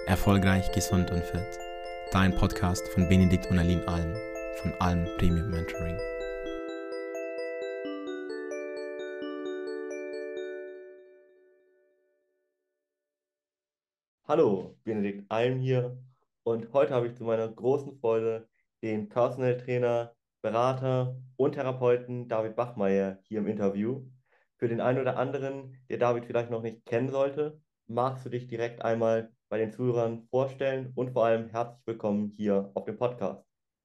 Erfolgreich, gesund und fit. Dein Podcast von Benedikt und Aline Alm von Alm Premium Mentoring. Hallo, Benedikt Alm hier und heute habe ich zu meiner großen Freude den Personal Trainer, Berater und Therapeuten David Bachmeier hier im Interview. Für den einen oder anderen, der David vielleicht noch nicht kennen sollte, magst du dich direkt einmal bei den Zuhörern vorstellen und vor allem herzlich willkommen hier auf dem Podcast.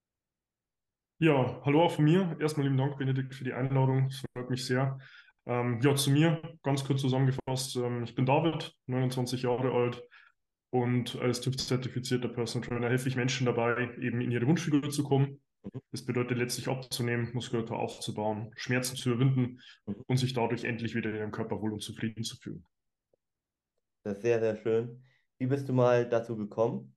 Ja, hallo auch von mir. Erstmal lieben Dank, Benedikt, für die Einladung. Es freut mich sehr. Ja, zu mir ganz kurz zusammengefasst. Ich bin David, 29 Jahre alt und als TÜV-zertifizierter Personal Trainer helfe ich Menschen dabei, eben in ihre Wunschfigur zu kommen. Mhm, Das bedeutet letztlich abzunehmen, Muskulatur aufzubauen, Schmerzen zu überwinden mhm. und sich dadurch endlich wieder in ihrem Körper wohl und zufrieden zu fühlen. Das ist sehr, sehr schön. Wie bist du mal dazu gekommen?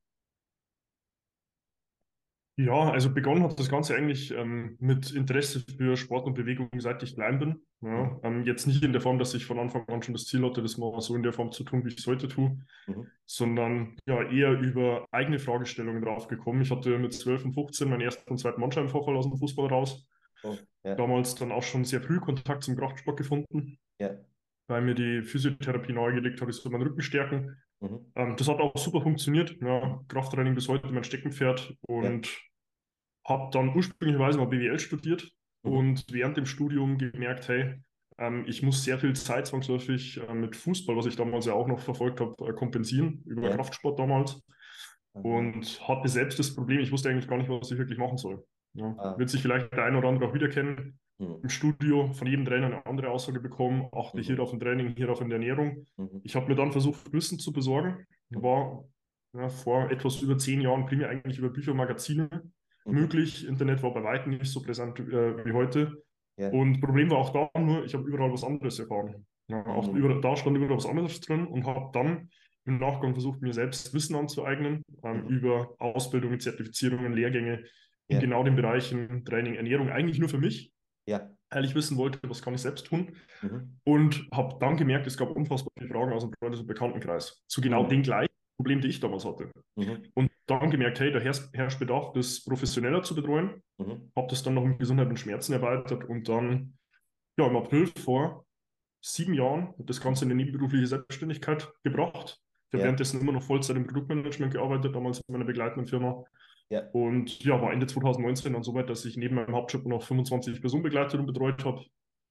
Ja, also begonnen hat das Ganze eigentlich mit Interesse für Sport und Bewegung, seit ich klein bin. Mhm, Ja, jetzt nicht in der Form, dass ich von Anfang an schon das Ziel hatte, das mal so in der Form zu tun, wie ich es heute tue, mhm. sondern ja eher über eigene Fragestellungen draufgekommen. Ich hatte mit 12 und 15 meinen ersten und zweiten Bandscheibenvorfall aus dem Fußball raus. Oh, ja, Damals dann auch schon sehr früh Kontakt zum Kraftsport gefunden, ja. weil mir die Physiotherapie nahegelegt hat, ich soll meinen Rücken stärken. Mhm, Das hat auch super funktioniert. mhm. Ja, Krafttraining bis heute mein Steckenpferd Ja, und habe dann ursprünglicherweise mal BWL studiert mhm, und während dem Studium gemerkt, hey, ich muss sehr viel Zeit zwangsläufig mit Fußball, was ich damals ja auch noch verfolgt habe, kompensieren, über ja. Kraftsport damals. Aha. Und hatte selbst das Problem, ich wusste eigentlich gar nicht, was ich wirklich machen soll. Ja, Ah, wird sich vielleicht der ein oder andere auch wiederkennen. mhm, Im Studio von jedem Trainer eine andere Aussage bekommen, achte hier mhm, auf ein Training, hier auf eine Ernährung. mhm, Ich habe mir dann versucht, Wissen zu besorgen. mhm, War ja, vor etwas über 10 Jahren primär eigentlich über Bücher und Magazine mhm. möglich. Internet war bei weitem nicht so präsent wie heute. Ja. Und Problem war auch da nur, ich habe überall was anderes erfahren. Ja, auch Mhm. da stand überall was anderes drin und habe dann im Nachgang versucht, mir selbst Wissen anzueignen Mhm. über Ausbildungen, Zertifizierungen, Lehrgänge in Ja, genau den Bereichen Training, Ernährung, eigentlich nur für mich, ja. weil ich wissen wollte, was kann ich selbst tun. Mhm. Und habe dann gemerkt, es gab unfassbar viele Fragen aus dem Freundes- und Bekanntenkreis zu genau Mhm. den gleichen Problemen, die ich damals hatte. Mhm. Und dann gemerkt, hey, da herrscht Bedarf, das professioneller zu betreuen. Mhm. Habe das dann noch mit Gesundheit und Schmerzen erweitert und dann ja, im April vor 7 Jahren das Ganze in Mhm. eine nebenberufliche Selbstständigkeit gebracht. Ich habe Ja, währenddessen immer noch Vollzeit im Produktmanagement gearbeitet, damals in meiner begleitenden Firma. ja. Und ja, war Ende 2019 dann so weit, dass ich neben meinem Hauptjob noch 25 Personen begleitet und betreut habe.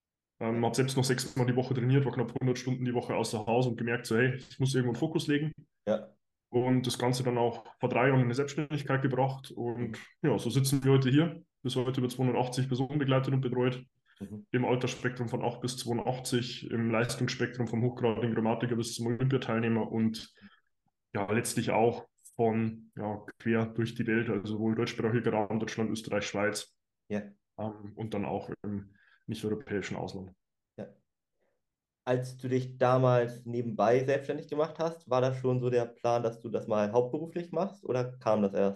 Ja. Habe selbst noch 6-mal die Woche trainiert, war knapp 100 Stunden die Woche außer Haus und gemerkt, so, hey, ich muss irgendwo einen Fokus legen. Ja. Und das Ganze dann auch vor 3 Jahren in eine Selbstständigkeit gebracht. Und Mhm. ja, so sitzen wir heute hier. Bis heute über 280 Personen begleitet und betreut. Mhm. Im Altersspektrum von 8 bis 82, im Leistungsspektrum vom hochgradigen Rheumatiker bis zum Olympiateilnehmer und ja, letztlich auch von ja, quer durch die Welt, also sowohl deutschsprachiger Raum, Deutschland, Österreich, Schweiz Ja. und dann auch im nicht-europäischen Ausland. Ja. Als du dich damals nebenbei selbstständig gemacht hast, war das schon so der Plan, dass du das mal hauptberuflich machst oder kam das erst?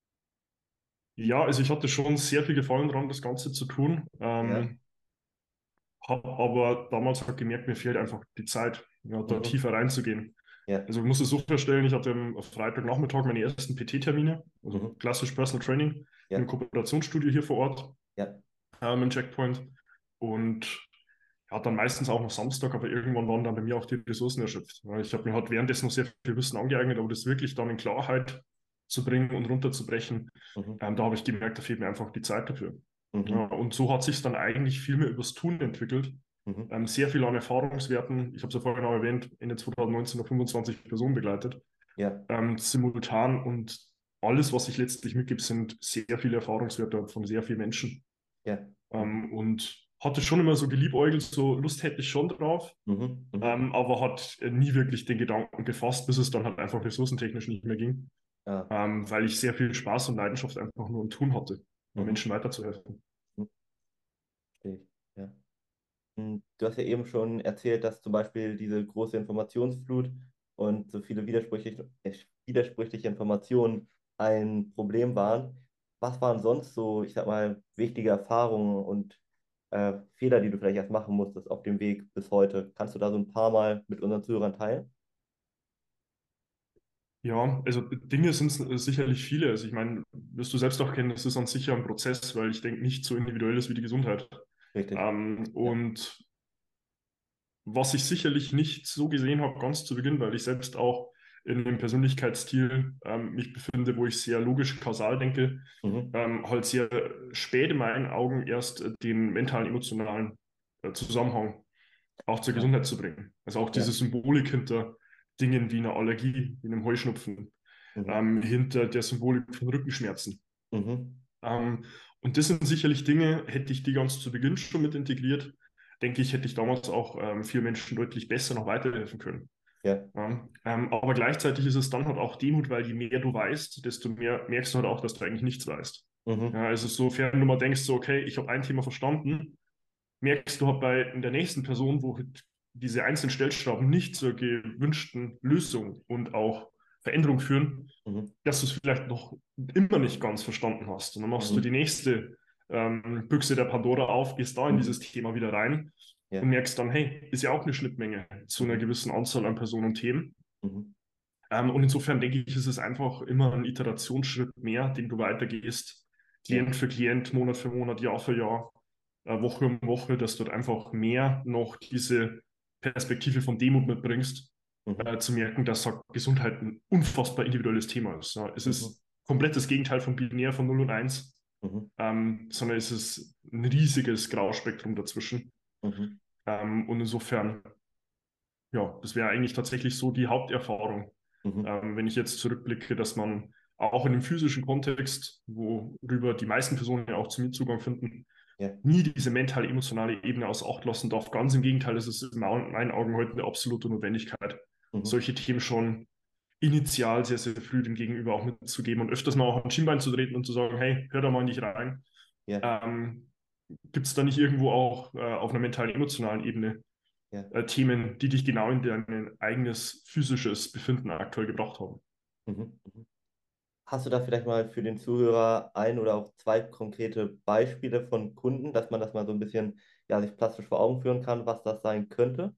Ja, also ich hatte schon sehr viel Gefallen daran, das Ganze zu tun, Ja. habe aber damals halt gemerkt, mir fehlt einfach die Zeit, ja, da Mhm. tiefer reinzugehen. Ja. Also ich muss es so vorstellen, ich hatte am Freitagnachmittag meine ersten PT-Termine, also Mhm. klassisch Personal Training, in einem Ja. Kooperationsstudio hier vor Ort, Ja. im Checkpoint. Und ja, dann meistens auch noch Samstag, aber irgendwann waren dann bei mir auch die Ressourcen erschöpft. Ja, ich habe mir halt währenddessen noch sehr viel Wissen angeeignet, aber das wirklich dann in Klarheit zu bringen und runterzubrechen, Mhm. da habe ich gemerkt, da fehlt mir einfach die Zeit dafür. Ja, Mhm. und so hat sich dann eigentlich viel mehr übers Tun entwickelt. Mhm. Sehr viel an Erfahrungswerten. Ich habe es ja vorhin auch erwähnt, Ende 2019 noch 25 Personen begleitet, Ja. simultan. Und alles, was ich letztlich mitgebe, sind sehr viele Erfahrungswerte von sehr vielen Menschen. Ja. Mhm. Und hatte schon immer so geliebäugelt, so Lust hätte ich schon drauf, Mhm. Mhm. aber hat nie wirklich den Gedanken gefasst, bis es dann halt einfach ressourcentechnisch nicht mehr ging, Ah. weil ich sehr viel Spaß und Leidenschaft einfach nur im Tun hatte, Mhm. Menschen weiterzuhelfen. Mhm. Verstehe ich. Ja. Du hast ja eben schon erzählt, dass zum Beispiel diese große Informationsflut und so viele widersprüchliche Informationen ein Problem waren. Was waren sonst so, ich sag mal, wichtige Erfahrungen und Fehler, die du vielleicht erst machen musstest auf dem Weg bis heute? Kannst du da so ein paar Mal mit unseren Zuhörern teilen? Ja, also Dinge sind sicherlich viele. Also ich meine, wirst du selbst auch kennen, das ist an sich ja ein Prozess, weil ich denke, nicht so individuell ist wie die Gesundheit. Richtig. Ja. Und was ich sicherlich nicht so gesehen habe, ganz zu Beginn, weil ich selbst auch in einem Persönlichkeitsstil mich befinde, wo ich sehr logisch kausal denke, Mhm. halt sehr spät in meinen Augen erst den mentalen, emotionalen Zusammenhang auch zur Ja. Gesundheit zu bringen. Also auch Ja. diese Symbolik hinter Dingen wie einer Allergie, wie einem Heuschnupfen, Mhm. hinter der Symbolik von Rückenschmerzen. Mhm. Ähm, und das sind sicherlich Dinge, hätte ich die ganz zu Beginn schon mit integriert, denke ich, hätte ich damals auch vielen Menschen deutlich besser noch weiterhelfen können. Ja. Ja, aber gleichzeitig ist es dann halt auch Demut, weil je mehr du weißt, desto mehr merkst du halt auch, dass du eigentlich nichts weißt. Mhm. Ja, also sofern du mal denkst, so, okay, ich habe ein Thema verstanden, merkst du halt bei der nächsten Person, wo halt diese einzelnen Stellschrauben nicht zur gewünschten Lösung und auch Veränderung führen, Mhm. dass du es vielleicht noch immer nicht ganz verstanden hast. Und dann machst du die Mhm. nächste Büchse der Pandora auf, gehst da in dieses Mhm. Thema wieder rein Ja. und merkst dann, hey, ist ja auch eine Schnittmenge zu einer Mhm. gewissen Anzahl an Personen und Themen. Mhm. Und insofern denke ich, ist es einfach immer ein Iterationsschritt mehr, den du weitergehst, Ja. Klient für Klient, Monat für Monat, Jahr für Jahr, Woche um Woche, dass du dort einfach mehr noch diese Perspektive von Demut mitbringst, Mhm. zu merken, dass halt Gesundheit ein unfassbar individuelles Thema ist. Ja. Es Mhm. ist komplett das Gegenteil von binär von 0 und 1, Mhm. sondern es ist ein riesiges Grauspektrum dazwischen. Mhm. Und insofern, ja, das wäre eigentlich tatsächlich so die Haupterfahrung, Mhm. wenn ich jetzt zurückblicke, dass man auch in dem physischen Kontext, worüber die meisten Personen ja auch zu mir Zugang finden, Ja. nie diese mentale-emotionale Ebene außer Acht lassen darf. Ganz im Gegenteil, es ist in meinen Augen heute eine absolute Notwendigkeit, Mhm. solche Themen schon initial sehr, sehr früh dem Gegenüber auch mitzugeben und öfters mal auch am Schienbein zu treten und zu sagen, hey, hör da mal nicht rein. Ja. Ähm, Gibt es da nicht irgendwo auch auf einer mentalen-emotionalen Ebene Ja. Themen, die dich genau in dein eigenes physisches Befinden aktuell gebracht haben? Mhm. Mhm. Hast du da vielleicht mal für den Zuhörer ein oder auch zwei konkrete Beispiele von Kunden, dass man das mal so ein bisschen, ja, sich plastisch vor Augen führen kann, was das sein könnte?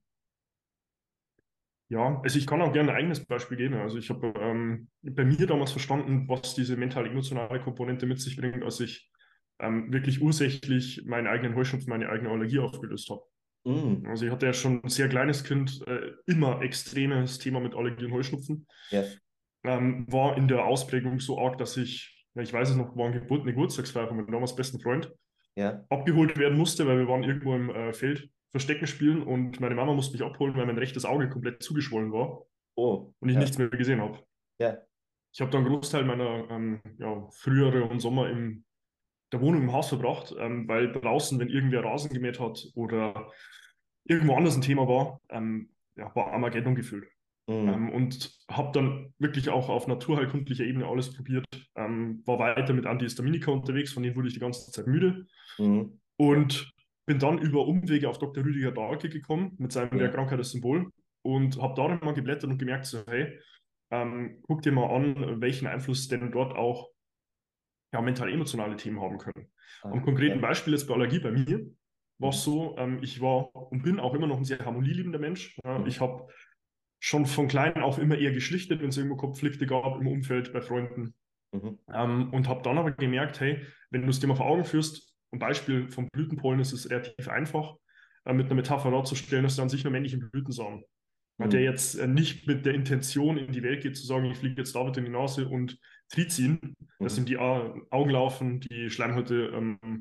Ja, also ich kann auch gerne ein eigenes Beispiel geben. Also ich habe bei mir damals verstanden, was diese mental-emotionale Komponente mit sich bringt, als ich wirklich ursächlich meinen eigenen Heuschnupfen, meine eigene Allergie aufgelöst habe. Mhm. Also ich hatte ja schon ein sehr kleines Kind, immer extremes Thema mit Allergie und Heuschnupfen. Ja. War in der Ausprägung so arg, dass ich, ja, ich weiß es noch, war eine Geburtstagsfeier von meinem damals besten Freund, Ja. abgeholt werden musste, weil wir waren irgendwo im Feld Verstecken spielen und meine Mama musste mich abholen, weil mein rechtes Auge komplett zugeschwollen war Oh. und ich Ja. nichts mehr gesehen habe. Ja. Ich habe da einen Großteil meiner ja, Frühjahre und Sommer in der Wohnung im Haus verbracht, weil draußen, wenn irgendwer Rasen gemäht hat oder irgendwo anders ein Thema war, ja, war Armageddon gefühlt. Mhm. Und habe dann wirklich auch auf naturheilkundlicher Ebene alles probiert. War weiter mit Antihistaminika unterwegs, von denen wurde ich die ganze Zeit müde. Mhm. Ja. Und bin dann über Umwege auf Dr. Rüdiger Dahlke gekommen mit seinem Der Ja. Krankheit das Symbol und habe darin mal geblättert und gemerkt, so, hey, guck dir mal an, welchen Einfluss denn dort auch ja, mental-emotionale Themen haben können. Am Ah. konkreten Ja. Beispiel jetzt bei Allergie bei mir war es Mhm. so, ich war und bin auch immer noch ein sehr harmonieliebender Mensch. Ja, ich Mhm. habe schon von klein auf immer eher geschlichtet, wenn es irgendwo Konflikte gab im Umfeld bei Freunden. Mhm. Und habe dann aber gemerkt, hey, wenn du es dir mal vor Augen führst, ein Beispiel vom Blütenpollen ist es relativ einfach, mit einer Metapher darzustellen, dass du an sich nur männlichen Blütensamen, der Mhm. jetzt nicht mit der Intention in die Welt geht, zu sagen, ich fliege jetzt David in die Nase und tritt ihn, dass ihm Mhm. die Augen laufen, die Schleimhäute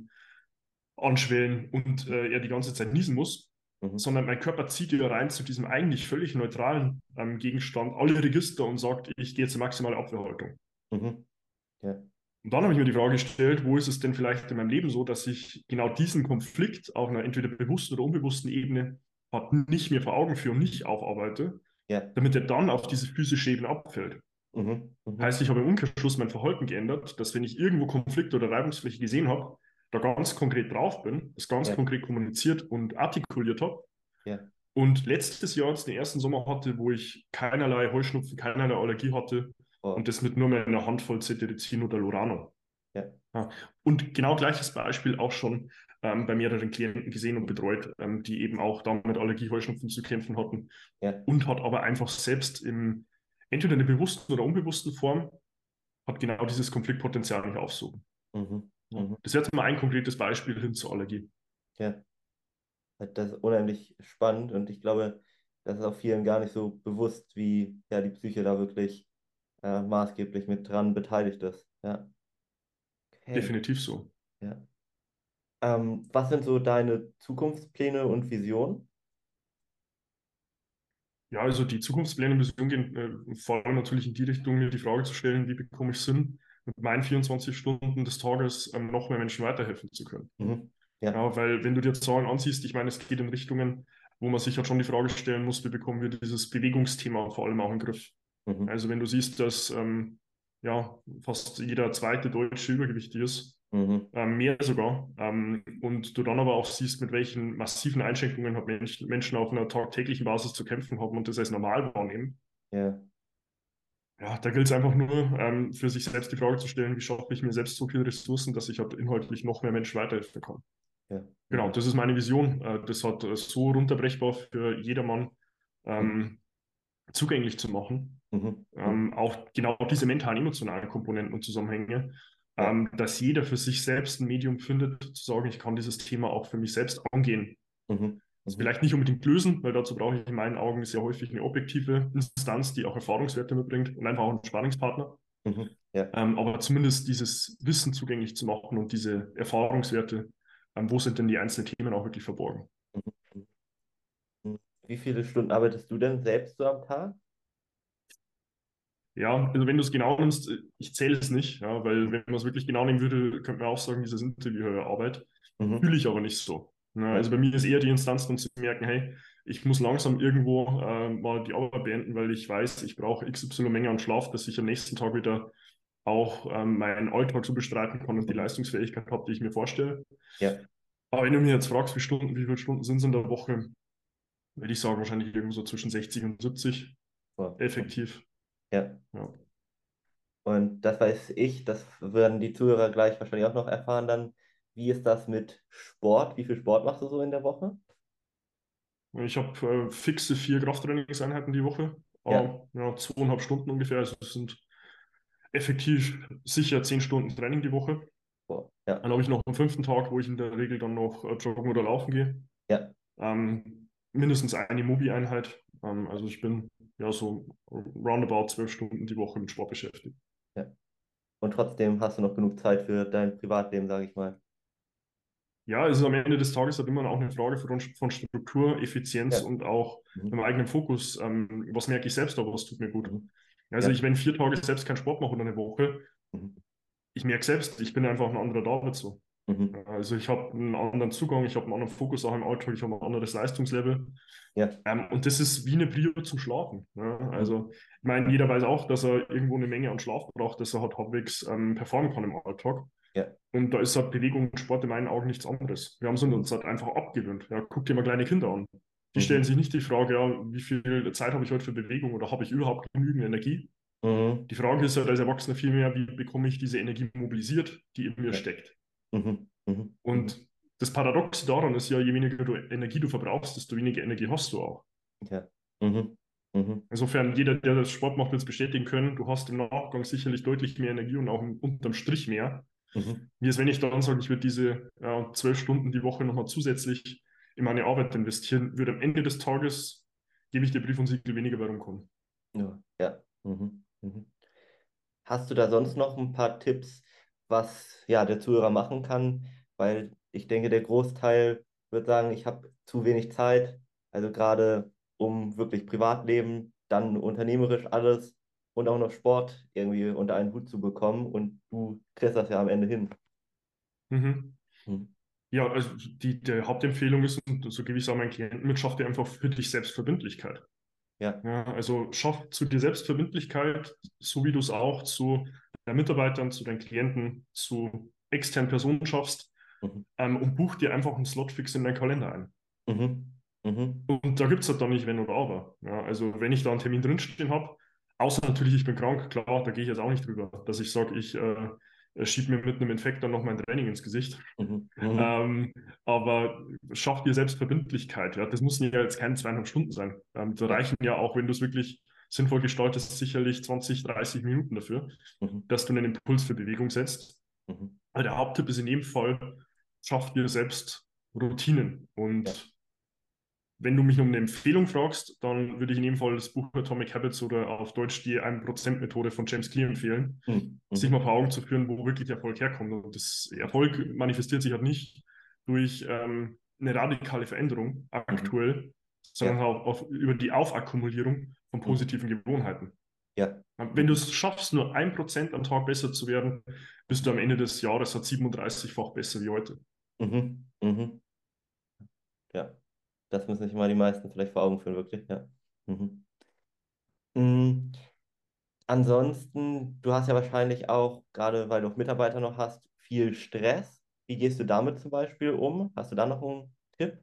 anschwellen und er die ganze Zeit niesen muss, Mhm. sondern mein Körper zieht wieder rein zu diesem eigentlich völlig neutralen Gegenstand, alle Register und sagt, ich gehe jetzt in maximale Abwehrhaltung. Mhm. Ja. Und dann habe ich mir die Frage gestellt, wo ist es denn vielleicht in meinem Leben so, dass ich genau diesen Konflikt auf einer entweder bewussten oder unbewussten Ebene nicht mehr vor Augen führe und nicht aufarbeite, Ja. damit er dann auf diese physische Ebene abfällt. Mhm. Mhm. Heißt, ich habe im Umkehrschluss mein Verhalten geändert, dass wenn ich irgendwo Konflikt oder Reibungsfläche gesehen habe, da ganz konkret drauf bin, das ganz Ja. konkret kommuniziert und artikuliert habe. Ja. Und letztes Jahr jetzt den ersten Sommer hatte, wo ich keinerlei Heuschnupfen, keinerlei Allergie hatte Oh. und das mit nur meiner Handvoll Cetirizin oder Lorano. Ja. Ja. Und genau gleiches Beispiel auch schon bei mehreren Klienten gesehen und betreut, die eben auch da mit Allergie, Heuschnupfen zu kämpfen hatten Ja. und hat aber einfach selbst entweder in der bewussten oder unbewussten Form, hat genau dieses Konfliktpotenzial nicht aufsuchen. Mhm. Ja. Mhm. Das wäre jetzt mal ein konkretes Beispiel hin zur Allergie. Ja, das ist unheimlich spannend und ich glaube, das ist auch vielen gar nicht so bewusst, wie ja die Psyche da wirklich maßgeblich mit dran beteiligt ist. Ja, okay. Definitiv so. Ja. Was sind so deine Zukunftspläne und Visionen? Ja, also die Zukunftspläne und Visionen gehen vor allem natürlich in die Richtung, mir die Frage zu stellen, wie bekomme ich Sinn, mit meinen 24 Stunden des Tages noch mehr Menschen weiterhelfen zu können. Mhm. Ja. Ja, weil wenn du dir Zahlen ansiehst, ich meine, es geht in Richtungen, wo man sich halt schon die Frage stellen muss, wie bekommen wir dieses Bewegungsthema vor allem auch in den Griff. Mhm. Also wenn du siehst, dass ja, fast jeder zweite Deutsche übergewichtig ist, Mhm. mehr sogar, und du dann aber auch siehst, mit welchen massiven Einschränkungen halt Menschen auf einer tagtäglichen Basis zu kämpfen haben und das als normal wahrnehmen. Ja. Ja, da gilt es einfach nur, für sich selbst die Frage zu stellen, wie schaffe ich mir selbst so viele Ressourcen, dass ich halt inhaltlich noch mehr Menschen weiterhelfen kann. Ja. Genau, Mhm. das ist meine Vision. Das hat so runterbrechbar für jedermann Mhm. zugänglich zu machen. Mhm. Mhm. Auch genau diese mentalen, emotionalen Komponenten und Zusammenhänge, Ja. dass jeder für sich selbst ein Medium findet, zu sagen, ich kann dieses Thema auch für mich selbst angehen. Mhm. Das Mhm. vielleicht nicht unbedingt lösen, weil dazu brauche ich in meinen Augen sehr häufig eine objektive Instanz, die auch Erfahrungswerte mitbringt und einfach auch einen Sparringspartner. Mhm. Ja. Aber zumindest dieses Wissen zugänglich zu machen und diese Erfahrungswerte, wo sind denn die einzelnen Themen auch wirklich verborgen? Mhm. Mhm. Wie viele Stunden arbeitest du denn selbst so am Tag? Ja, also wenn du es genau nimmst, ich zähle es nicht, ja, weil wenn man es wirklich genau nehmen würde, könnte man auch sagen, dieses Interview Arbeit. Mhm. Fühle ich aber nicht so. Ja, Ja. also bei mir ist eher die Instanz dann zu merken, hey, ich muss langsam irgendwo mal die Arbeit beenden, weil ich weiß, ich brauche XY Menge an Schlaf, dass ich am nächsten Tag wieder auch meinen Alltag so bestreiten kann und die Mhm. Leistungsfähigkeit habe, die ich mir vorstelle. Ja. Aber wenn du mir jetzt fragst, wie viele Stunden sind es in der Woche, würde ich sagen, wahrscheinlich irgendwo so zwischen 60 und 70 Wow. effektiv. Ja. Ja. Und das weiß ich, das werden die Zuhörer gleich wahrscheinlich auch noch erfahren dann. Wie ist das mit Sport? Wie viel Sport machst du so in der Woche? Ich habe fixe 4 Krafttrainingseinheiten die Woche, Ja. ja, 2,5 Stunden ungefähr. Also es sind effektiv sicher 10 Stunden Training die Woche. Wow. Ja. Dann habe ich noch einen fünften Tag, wo ich in der Regel dann noch joggen oder laufen gehe. Ja. Mindestens eine Mobi-Einheit. Also ich bin ja so roundabout 12 Stunden die Woche mit Sport beschäftigt. Ja. Und trotzdem hast du noch genug Zeit für dein Privatleben, sage ich mal. Ja, es ist am Ende des Tages halt immer auch eine Frage von Struktur, Effizienz Ja. und auch Mhm. einem eigenen Fokus. Was merke ich selbst, aber was tut mir gut? Mhm. Also Ja. ich, wenn 4 Tage selbst keinen Sport mache oder eine Woche, Mhm. ich merke selbst, ich bin einfach ein anderer David so. Mhm. Ja, also ich habe einen anderen Zugang, ich habe einen anderen Fokus auch im Alltag, ich habe ein anderes Leistungslevel. Ja. Und das ist wie eine Prio zum Schlafen. Ja, Mhm. also ich meine, jeder weiß auch, dass er irgendwo eine Menge an Schlaf braucht, dass er halt halbwegs performen kann im Alltag. Ja. Und da ist halt Bewegung und Sport in meinen Augen nichts anderes. Wir haben es Mhm. uns halt einfach abgewöhnt. Ja, guck dir mal kleine Kinder an. Die stellen Mhm. sich nicht die Frage, ja, wie viel Zeit habe ich heute für Bewegung oder habe ich überhaupt genügend Energie? Mhm. Die Frage ist halt als Erwachsener vielmehr, wie bekomme ich diese Energie mobilisiert, die in mir Ja. steckt? Mhm. Mhm. Mhm. Und das Paradoxe daran ist ja, je weniger Energie du verbrauchst, desto weniger Energie hast du auch. Ja. Mhm. Mhm. Insofern, jeder, der das Sport macht, wird es bestätigen können, du hast im Nachgang sicherlich deutlich mehr Energie und auch unterm Strich mehr. Mhm. Wie es, wenn ich dann sage, ich würde diese 12 Stunden die Woche nochmal zusätzlich in meine Arbeit investieren, würde am Ende des Tages, gebe ich dir Brief und Siegel, weniger bei rumkommen. Ja. Ja. Mhm. Mhm. Hast du da sonst noch ein paar Tipps, was ja der Zuhörer machen kann? Weil ich denke, der Großteil wird sagen, ich habe zu wenig Zeit, also gerade um wirklich Privatleben, dann unternehmerisch alles und auch noch Sport irgendwie unter einen Hut zu bekommen und du kriegst das ja am Ende hin. Mhm. Hm. Ja, also die Hauptempfehlung ist, und so gebe ich es auch meinen Klienten mit, schaff dir einfach für dich Selbstverbindlichkeit. Ja. Ja, also schaff zu dir Selbstverbindlichkeit, so wie du es auch zu deinen Mitarbeitern, zu deinen Klienten, zu externen Personen schaffst, Mhm. und buch dir einfach einen Slot fix in deinen Kalender ein. Mhm. Mhm. Und da gibt es halt dann nicht wenn oder aber. Ja, also wenn ich da einen Termin drinstehen habe, außer natürlich, ich bin krank, klar, da gehe ich jetzt auch nicht drüber, dass ich sage, ich schiebe mir mit einem Infekt dann noch mein Training ins Gesicht. Mhm. Mhm. Ähm, aber schaff dir Selbstverbindlichkeit. Ja? Das müssen ja jetzt keine 2,5 Stunden sein. Da Ja. reichen ja auch, wenn du es wirklich sinnvoll gestaltest, sicherlich 20, 30 Minuten dafür, Mhm. dass du einen Impuls für Bewegung setzt. Mhm. Aber der Haupttipp ist in jedem Fall, schaff dir selbst Routinen. Ja. Und wenn du mich um eine Empfehlung fragst, dann würde ich in jedem Fall das Buch Atomic Habits oder auf Deutsch die 1%-Methode von James Clear empfehlen, Mhm. sich mal vor Augen zu führen, wo wirklich Erfolg herkommt. Und das Erfolg manifestiert sich halt nicht durch eine radikale Veränderung Mhm. aktuell, sondern Ja. auch über die Aufakkumulierung von Mhm. positiven Gewohnheiten. Ja. Wenn du es schaffst, nur 1% am Tag besser zu werden, bist du am Ende des Jahres halt 37-fach besser wie heute. Mhm. Mhm. Ja. Das müssen sich mal die meisten vielleicht vor Augen führen, wirklich, ja. Mhm. Mhm. Ansonsten, du hast ja wahrscheinlich auch, gerade weil du auch Mitarbeiter noch hast, viel Stress. Wie gehst du damit zum Beispiel um? Hast du da noch einen Tipp?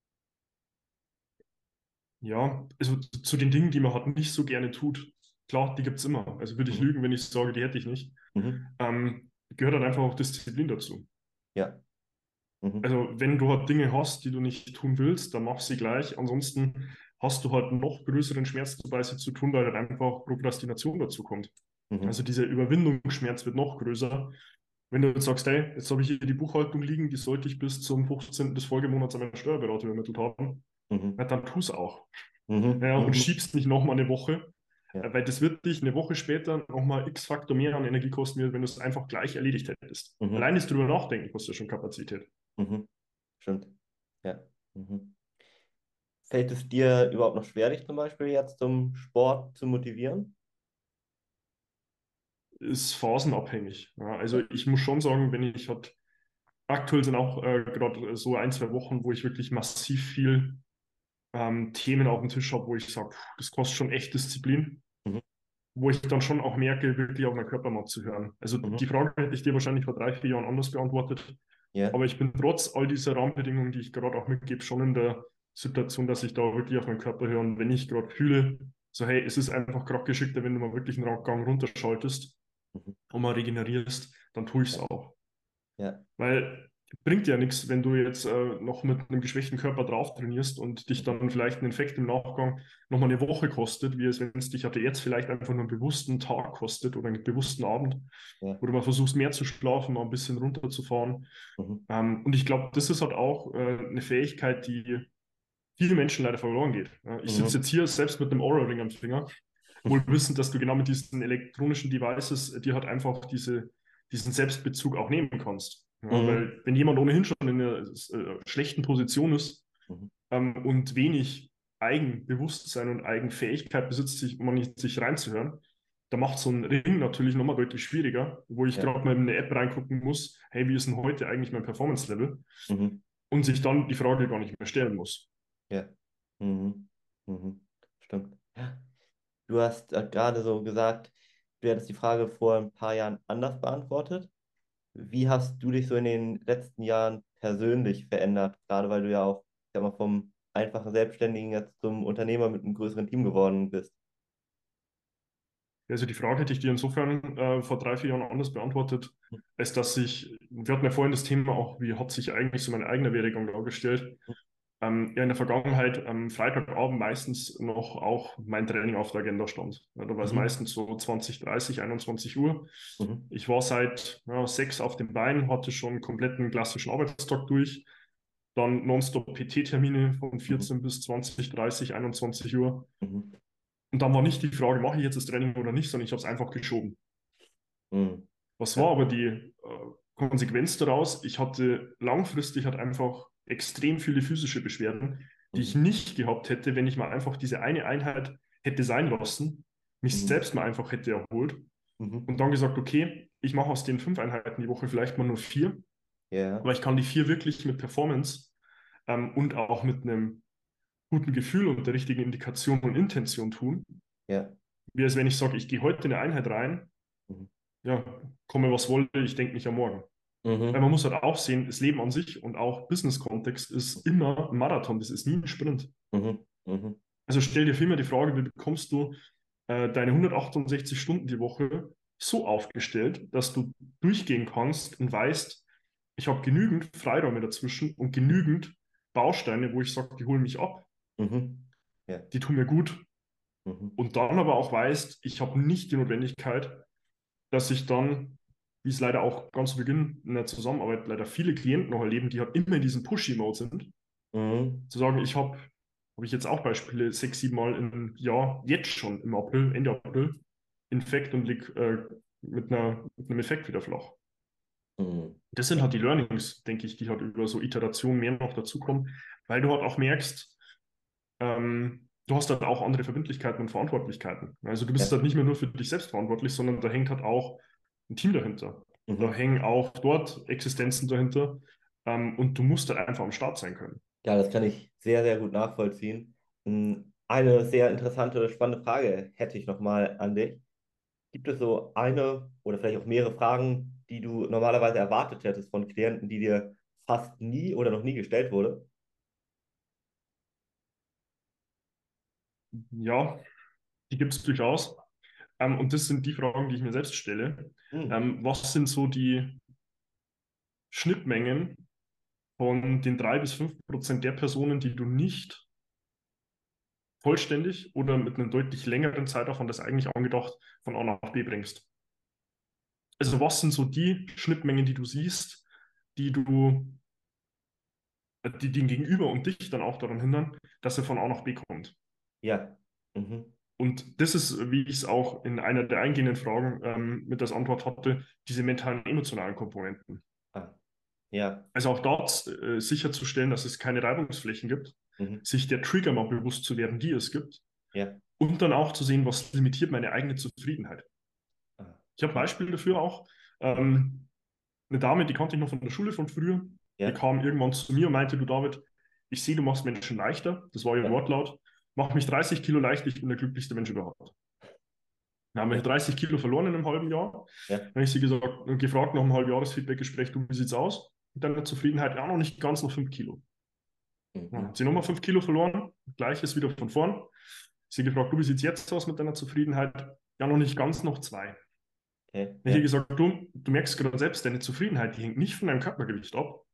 Ja, also zu den Dingen, die man halt nicht so gerne tut, klar, die gibt es immer. Also würde ich Mhm. lügen, wenn ich sage, die hätte ich nicht. Mhm. Gehört dann einfach auch Disziplin dazu. Ja. Mhm. Also wenn du halt Dinge hast, die du nicht tun willst, dann mach sie gleich. Ansonsten hast du halt noch größeren Schmerz dabei, sie zu tun, weil halt einfach Prokrastination dazu kommt. Also Mhm. dieser Überwindungsschmerz wird noch größer. Wenn du jetzt sagst, hey, jetzt habe ich hier die Buchhaltung liegen, die sollte ich bis zum 15. des Folgemonats an meinen Steuerberater übermittelt haben, Mhm. ja, dann tu es auch. Mhm. Ja, und Mhm. schiebst nicht nochmal eine Woche, Ja. weil das wird dich eine Woche später nochmal X-Faktor mehr an Energie kosten, wenn du es einfach gleich erledigt hättest. Mhm. Allein das drüber nachdenken kostet ja schon Kapazität. Mhm. Stimmt. Ja. Mhm. Fällt es dir überhaupt noch schwer, dich zum Beispiel jetzt zum Sport zu motivieren? Ist phasenabhängig. Ja, also Ja. ich muss schon sagen, wenn ich halt, aktuell sind auch gerade so ein, zwei Wochen, wo ich wirklich massiv viel Themen auf dem Tisch habe, wo ich sage, das kostet schon echt Disziplin, Mhm. wo ich dann schon auch merke, wirklich auf meinen Körper mal zu hören. Also Mhm. die Frage hätte ich dir wahrscheinlich vor 3, 4 Jahren anders beantwortet. Ja. Aber ich bin trotz all dieser Rahmenbedingungen, die ich gerade auch mitgebe, schon in der Situation, dass ich da wirklich auf meinen Körper höre. Und wenn ich gerade fühle, so hey, es ist einfach gerade geschickter, wenn du mal wirklich einen Gang runterschaltest Mhm. und mal regenerierst, dann tue ich es Ja. auch. Ja. Weil bringt ja nichts, wenn du jetzt noch mit einem geschwächten Körper drauf trainierst und dich Mhm. dann vielleicht ein Infekt im Nachgang nochmal eine Woche kostet, wie es, wenn es dich hatte jetzt vielleicht einfach nur einen bewussten Tag kostet oder einen bewussten Abend, Ja. wo du mal versuchst, mehr zu schlafen, mal ein bisschen runterzufahren. Mhm. Und ich glaube, das ist halt auch eine Fähigkeit, die vielen Menschen leider verloren geht. Ja, ich sitze Mhm. jetzt hier selbst mit einem Aura-Ring am Finger, wohl wissend, dass du genau mit diesen elektronischen Devices dir halt einfach diesen Selbstbezug auch nehmen kannst. Ja, Mhm. weil wenn jemand ohnehin schon in einer schlechten Position ist Mhm. und wenig Eigenbewusstsein und Eigenfähigkeit besitzt, sich reinzuhören, da macht so ein Ring natürlich nochmal deutlich schwieriger, wo ich Ja. gerade mal in eine App reingucken muss, hey, wie ist denn heute eigentlich mein Performance-Level? Mhm. Und sich dann die Frage gar nicht mehr stellen muss. Ja. Mhm. Mhm. Stimmt. Ja. Du hast gerade so gesagt, du hättest die Frage vor ein paar Jahren anders beantwortet. Wie hast du dich so in den letzten Jahren persönlich verändert? Gerade weil du ja auch, ich sag mal, vom einfachen Selbstständigen jetzt zum Unternehmer mit einem größeren Team geworden bist. Also die Frage hätte ich dir insofern vor 3, 4 Jahren anders beantwortet, als dass wir hatten ja vorhin das Thema auch, wie hat sich eigentlich so mein eigener Werdegang dargestellt. Ja, in der Vergangenheit am Freitagabend meistens noch auch mein Training auf der Agenda stand. Ja, da war es Mhm. meistens so 20, 30, 21 Uhr. Mhm. Ich war seit 6 auf dem Bein, hatte schon einen kompletten klassischen Arbeitstag durch, dann nonstop PT-Termine von Mhm. 14 bis 20, 30, 21 Uhr. Mhm. Und dann war nicht die Frage, mache ich jetzt das Training oder nicht, sondern ich habe es einfach geschoben. Mhm. Was war Ja. aber die Konsequenz daraus? Ich hatte langfristig halt einfach extrem viele physische Beschwerden, die ich Mhm. nicht gehabt hätte, wenn ich mal einfach diese eine Einheit hätte sein lassen, mich Mhm. selbst mal einfach hätte erholt Mhm. und dann gesagt, okay, ich mache aus den 5 Einheiten die Woche vielleicht mal nur 4, Ja. aber ich kann die 4 wirklich mit Performance und auch mit einem guten Gefühl und der richtigen Indikation und Intention tun, Ja. wie als wenn ich sage, ich gehe heute in eine Einheit rein, Mhm. ja, komme was wolle, ich denke nicht am Morgen. Weil Mhm. man muss halt auch sehen, das Leben an sich und auch Business-Kontext ist immer ein Marathon, das ist nie ein Sprint. Mhm. Mhm. Also stell dir vielmehr die Frage, wie bekommst du deine 168 Stunden die Woche so aufgestellt, dass du durchgehen kannst und weißt, ich habe genügend Freiräume dazwischen und genügend Bausteine, wo ich sage, die holen mich ab, Mhm. Ja. die tun mir gut Mhm. Und dann aber auch weißt, ich habe nicht die Notwendigkeit, dass ich dann, wie es leider auch ganz zu Beginn in der Zusammenarbeit leider viele Klienten noch erleben, die halt immer in diesem Pushy-Mode sind, Mhm. zu sagen, habe ich jetzt auch Beispiele, 6, 7 Mal im Jahr, jetzt schon im April, Ende April, Infekt und lieg mit einem Effekt wieder flach. Mhm. Das sind halt die Learnings, denke ich, die halt über so Iterationen mehr noch dazukommen, weil du halt auch merkst, du hast halt auch andere Verbindlichkeiten und Verantwortlichkeiten. Also du bist Ja. halt nicht mehr nur für dich selbst verantwortlich, sondern da hängt halt auch ein Team dahinter. Da Mhm. hängen auch dort Existenzen dahinter, und du musst halt einfach am Start sein können. Ja, das kann ich sehr, sehr gut nachvollziehen. Eine sehr interessante, spannende Frage hätte ich nochmal an dich. Gibt es so eine oder vielleicht auch mehrere Fragen, die du normalerweise erwartet hättest von Klienten, die dir fast nie oder noch nie gestellt wurde? Ja, die gibt es durchaus. Und das sind die Fragen, die ich mir selbst stelle. Hm. Was sind so die Schnittmengen von den 3 bis 5% der Personen, die du nicht vollständig oder mit einem deutlich längeren Zeitaufwand das eigentlich angedacht von A nach B bringst? Also was sind so die Schnittmengen, die du siehst, die die den Gegenüber und dich dann auch daran hindern, dass er von A nach B kommt? Ja. Mhm. Und das ist, wie ich es auch in einer der eingehenden Fragen mit als Antwort hatte, diese mentalen, emotionalen Komponenten. Ah. Ja. Also auch dort sicherzustellen, dass es keine Reibungsflächen gibt, Mhm. sich der Trigger mal bewusst zu werden, die es gibt, Ja. und dann auch zu sehen, was limitiert meine eigene Zufriedenheit. Ah. Ich habe Ja. Beispiele dafür auch. Mhm. Eine Dame, die kannte ich noch von der Schule von früher, die Ja. kam irgendwann zu mir und meinte, du David, ich sehe, du machst Menschen leichter, das war ihr Ja. Wortlaut, mach mich 30 Kilo leicht, ich bin der glücklichste Mensch überhaupt. Dann haben wir Ja. 30 Kilo verloren in einem halben Jahr. Ja. Dann habe ich sie gefragt nach einem Halbjahresfeedbackgespräch, du, wie sieht's aus? Mit deiner Zufriedenheit, ja, noch nicht ganz, noch 5 Kilo. Dann Mhm. hat sie nochmal 5 Kilo verloren, gleiches wieder von vorn. Sie gefragt, du, wie sieht's jetzt aus mit deiner Zufriedenheit? Ja, noch nicht ganz, noch 2. Okay. Dann habe ich Ja. gesagt, du merkst gerade selbst, deine Zufriedenheit, die hängt nicht von deinem Körpergewicht ab.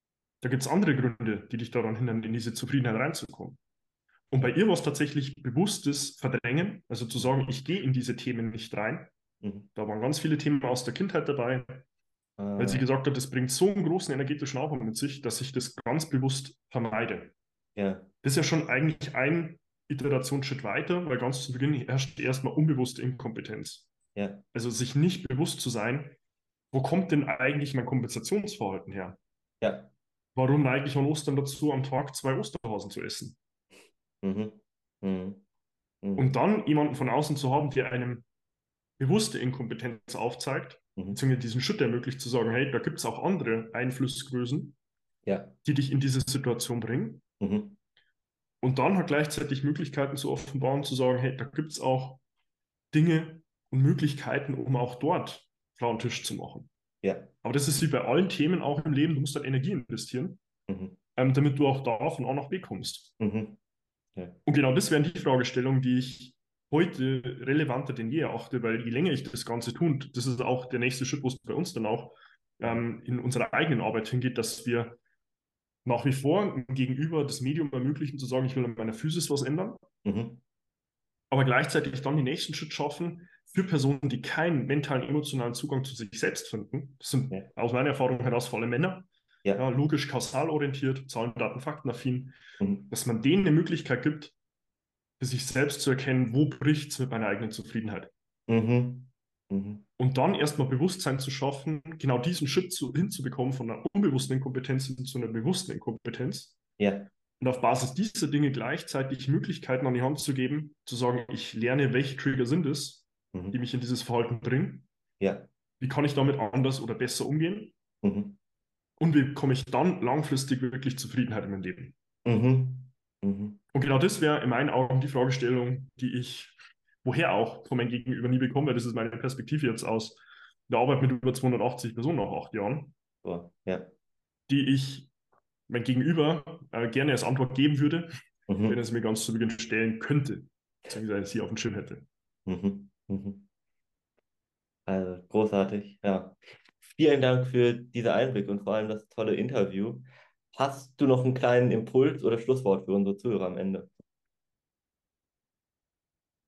Da gibt es andere Gründe, die dich daran hindern, in diese Zufriedenheit reinzukommen. Und bei Okay. ihr war es tatsächlich bewusstes Verdrängen, also zu sagen, ich gehe in diese Themen nicht rein. Mhm. Da waren ganz viele Themen aus der Kindheit dabei, weil sie Ah. gesagt hat, das bringt so einen großen energetischen Aufwand mit sich, dass ich das ganz bewusst vermeide. Ja. Das ist ja schon eigentlich ein Iterationsschritt weiter, weil ganz zu Beginn herrscht erstmal unbewusste Inkompetenz. Ja. Also sich nicht bewusst zu sein, wo kommt denn eigentlich mein Kompensationsverhalten her? Ja. Warum neige ich an Ostern dazu, am Tag 2 Osterhasen zu essen? Mhm. Mhm. Und Mhm. dann jemanden von außen zu haben, der einem bewusste Inkompetenz aufzeigt, Mhm. beziehungsweise diesen Schritt ermöglicht, zu sagen, hey, da gibt es auch andere Einflussgrößen, Ja. die dich in diese Situation bringen. Mhm. Und dann halt gleichzeitig Möglichkeiten zu offenbaren, zu sagen, hey, da gibt es auch Dinge und Möglichkeiten, um auch dort klaren Tisch zu machen. Ja. Aber das ist wie bei allen Themen auch im Leben, du musst halt Energie investieren, Mhm. damit du auch da von A nach B kommst. Mhm. Ja. Und genau das wären die Fragestellungen, die ich heute relevanter denn je erachte, weil je länger ich das Ganze tue, und das ist auch der nächste Schritt, wo es bei uns dann auch Mhm. in unserer eigenen Arbeit hingeht, dass wir nach wie vor gegenüber das Medium ermöglichen, zu sagen, ich will an meiner Physis was ändern, Mhm. aber gleichzeitig dann den nächsten Schritt schaffen für Personen, die keinen mentalen, emotionalen Zugang zu sich selbst finden. Das sind Ja. aus meiner Erfahrung heraus vor allem Männer, Ja. ja, logisch, kausal orientiert, Zahlen, Daten, Fakten affin, Mhm. dass man denen eine Möglichkeit gibt, für sich selbst zu erkennen, wo bricht es mit meiner eigenen Zufriedenheit. Mhm. Mhm. Und dann erstmal Bewusstsein zu schaffen, genau diesen Schritt hinzubekommen von einer unbewussten Inkompetenz hin zu einer bewussten Inkompetenz. Ja. Und auf Basis dieser Dinge gleichzeitig Möglichkeiten an die Hand zu geben, zu sagen, ich lerne, welche Trigger sind es, die Mhm. mich in dieses Verhalten bringen. Ja. Wie kann ich damit anders oder besser umgehen? Mhm. Und wie bekomme ich dann langfristig wirklich Zufriedenheit in meinem Leben? Mhm. Mhm. Und genau das wäre in meinen Augen die Fragestellung, die ich woher auch von meinem Gegenüber nie bekomme, weil das ist meine Perspektive jetzt aus der Arbeit mit über 280 Personen nach 8 Jahren, So. Ja. die ich mein Gegenüber gerne als Antwort geben würde, wenn Mhm. es mir ganz zu Beginn stellen könnte, beziehungsweise sie auf dem Schirm hätte. Mhm. Mhm. Also großartig. Ja. Vielen Dank für diesen Einblick und vor allem das tolle Interview. Hast du noch einen kleinen Impuls oder Schlusswort für unsere Zuhörer am Ende?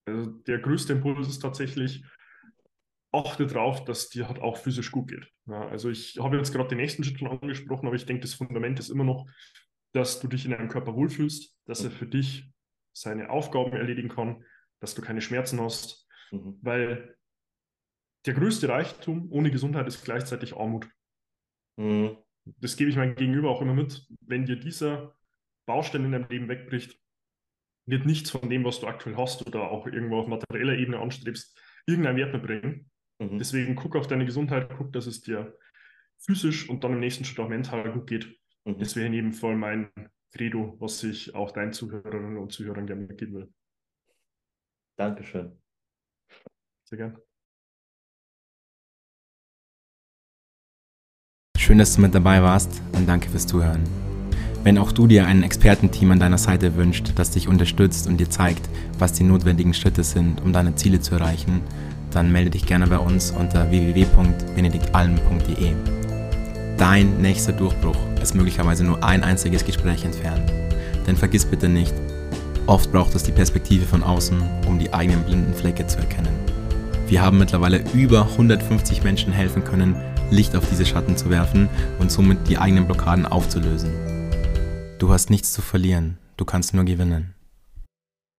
Also der größte Impuls ist tatsächlich, achte darauf, dass dir halt auch physisch gut geht. Ja, also ich habe jetzt gerade den nächsten Schritt schon angesprochen, aber ich denke, das Fundament ist immer noch, dass du dich in deinem Körper wohlfühlst, dass er für dich seine Aufgaben erledigen kann, dass du keine Schmerzen hast, weil der größte Reichtum ohne Gesundheit ist gleichzeitig Armut. Mhm. Das gebe ich meinem Gegenüber auch immer mit. Wenn dir dieser Baustein in deinem Leben wegbricht, wird nichts von dem, was du aktuell hast oder auch irgendwo auf materieller Ebene anstrebst, irgendeinen Wert mehr bringen. Deswegen guck auf deine Gesundheit, guck, dass es dir physisch und dann im nächsten Schritt auch mental gut geht. Das wäre in jedem Fall mein Credo, was ich auch deinen Zuhörerinnen und Zuhörern gerne mitgeben will. Dankeschön. Sehr gern. Schön, dass du mit dabei warst und danke fürs Zuhören. Wenn auch du dir ein Expertenteam an deiner Seite wünscht, das dich unterstützt und dir zeigt, was die notwendigen Schritte sind, um deine Ziele zu erreichen, dann melde dich gerne bei uns unter www.benediktalm.de. Dein nächster Durchbruch ist möglicherweise nur ein einziges Gespräch entfernt. Denn vergiss bitte nicht, oft braucht es die Perspektive von außen, um die eigenen blinden Flecke zu erkennen. Wir haben mittlerweile über 150 Menschen helfen können, Licht auf diese Schatten zu werfen und somit die eigenen Blockaden aufzulösen. Du hast nichts zu verlieren, du kannst nur gewinnen.